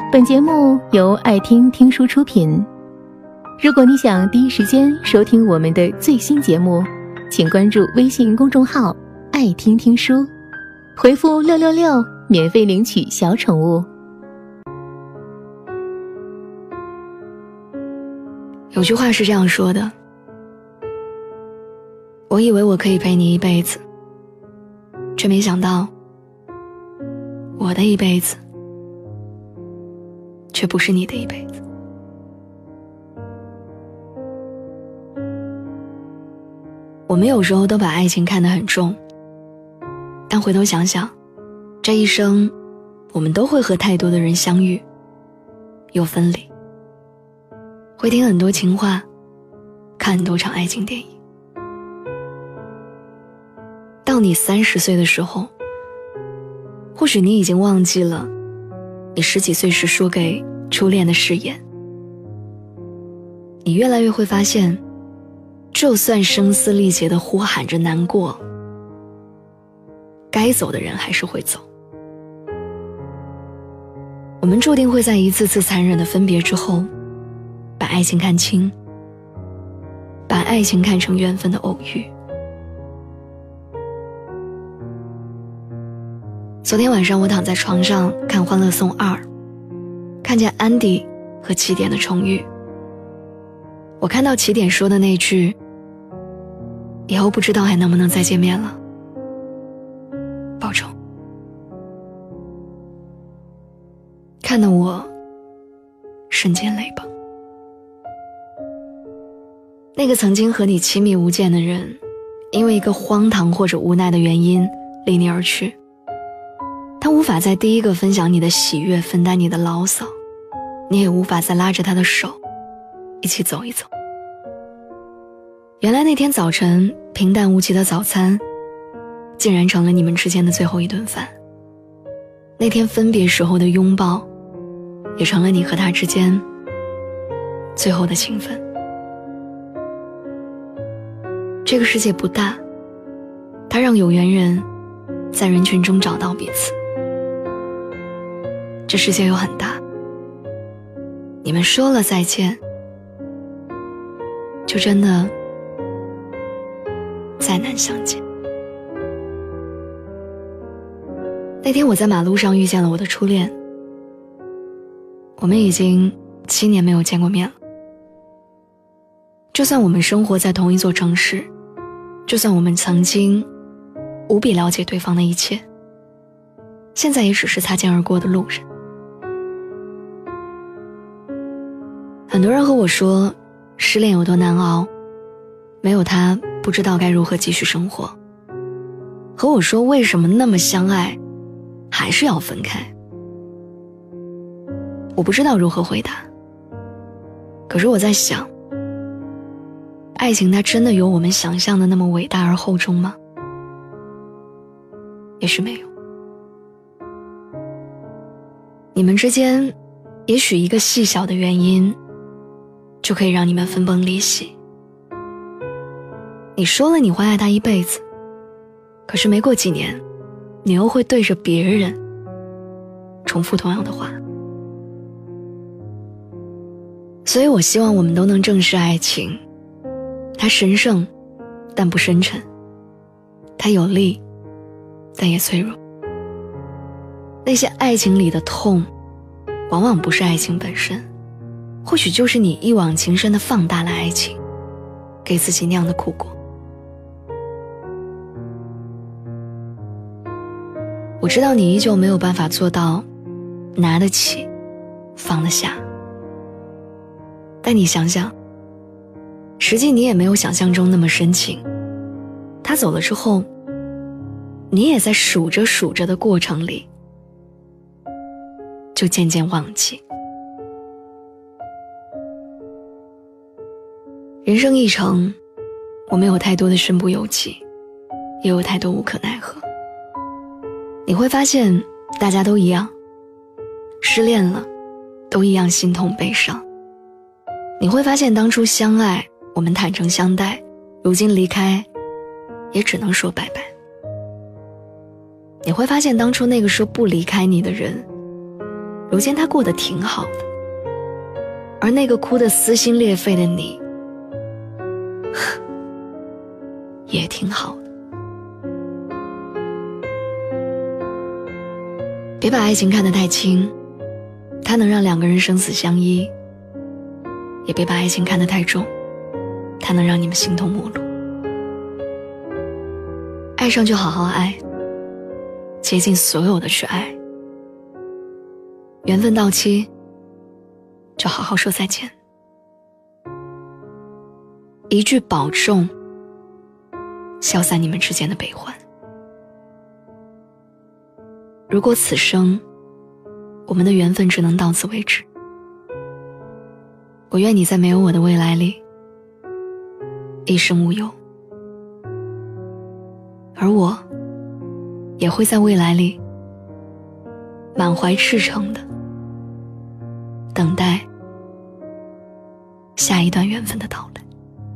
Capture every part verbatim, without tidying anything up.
本节目由爱听听书出品。如果你想第一时间收听我们的最新节目，请关注微信公众号爱听听书，回复六六六免费领取小宠物。 有句话是这样说的，我以为我可以陪你一辈子，却没想到我的一辈子却不是你的一辈子。我们有时候都把爱情看得很重，但回头想想，这一生我们都会和太多的人相遇又分离，会听很多情话，看很多场爱情电影。到你三十岁的时候，或许你已经忘记了你十几岁时说给初恋的誓言，你越来越会发现，就算声嘶力竭地呼喊着难过，该走的人还是会走。我们注定会在一次次残忍的分别之后，把爱情看清，把爱情看成缘分的偶遇。昨天晚上我躺在床上看《欢乐颂二》，看见安迪和起点的重遇。我看到起点说的那句，以后不知道还能不能再见面了，保重。看得我瞬间泪崩。那个曾经和你亲密无间的人，因为一个荒唐或者无奈的原因离你而去，他无法在第一个分享你的喜悦，分担你的牢骚，你也无法再拉着他的手一起走一走。原来那天早晨平淡无奇的早餐，竟然成了你们之间的最后一顿饭。那天分别时候的拥抱，也成了你和他之间最后的情分。这个世界不大，它让有缘人在人群中找到彼此。这世界又很大，你们说了再见，就真的再难相见。那天我在马路上遇见了我的初恋，我们已经七年没有见过面了。就算我们生活在同一座城市，就算我们曾经无比了解对方的一切，现在也只是擦肩而过的路人。很多人和我说失恋有多难熬，没有他不知道该如何继续生活，和我说为什么那么相爱还是要分开。我不知道如何回答，可是我在想，爱情它真的有我们想象的那么伟大而厚重吗？也许没有。你们之间也许一个细小的原因就可以让你们分崩离析。你说了你会爱他一辈子，可是没过几年，你又会对着别人重复同样的话。所以我希望我们都能正视爱情，它神圣但不深沉，它有力但也脆弱。那些爱情里的痛，往往不是爱情本身，或许就是你一往情深地放大了爱情，给自己酿的苦果。我知道你依旧没有办法做到拿得起放得下，但你想想，实际你也没有想象中那么深情。他走了之后，你也在数着数着的过程里就渐渐忘记。人生一程，我们有太多的身不由己，也有太多无可奈何。你会发现大家都一样，失恋了都一样心痛悲伤。你会发现当初相爱，我们坦诚相待，如今离开也只能说拜拜。你会发现当初那个说不离开你的人， 如今他过得挺好的，而那个哭得撕心裂肺的你也挺好的。别把爱情看得太轻，它能让两个人生死相依；也别把爱情看得太重，它能让你们形同陌路。爱上就好好爱，竭尽所有的去爱，缘分到期就好好说再见。一句保重，消散你们之间的悲欢。如果此生我们的缘分只能到此为止，我愿你在没有我的未来里一生无忧，而我也会在未来里满怀赤诚的等待下一段缘分的到来。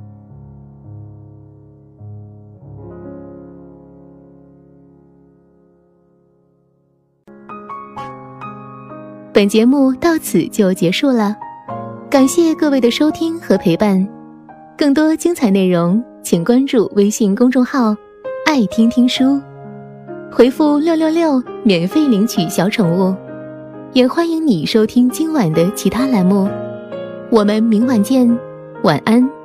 本节目到此就结束了，感谢各位的收听和陪伴。更多精彩内容请关注微信公众号爱听听书，回复六六六免费领取小宠物。也欢迎你收听今晚的其他栏目，我们明晚见，晚安。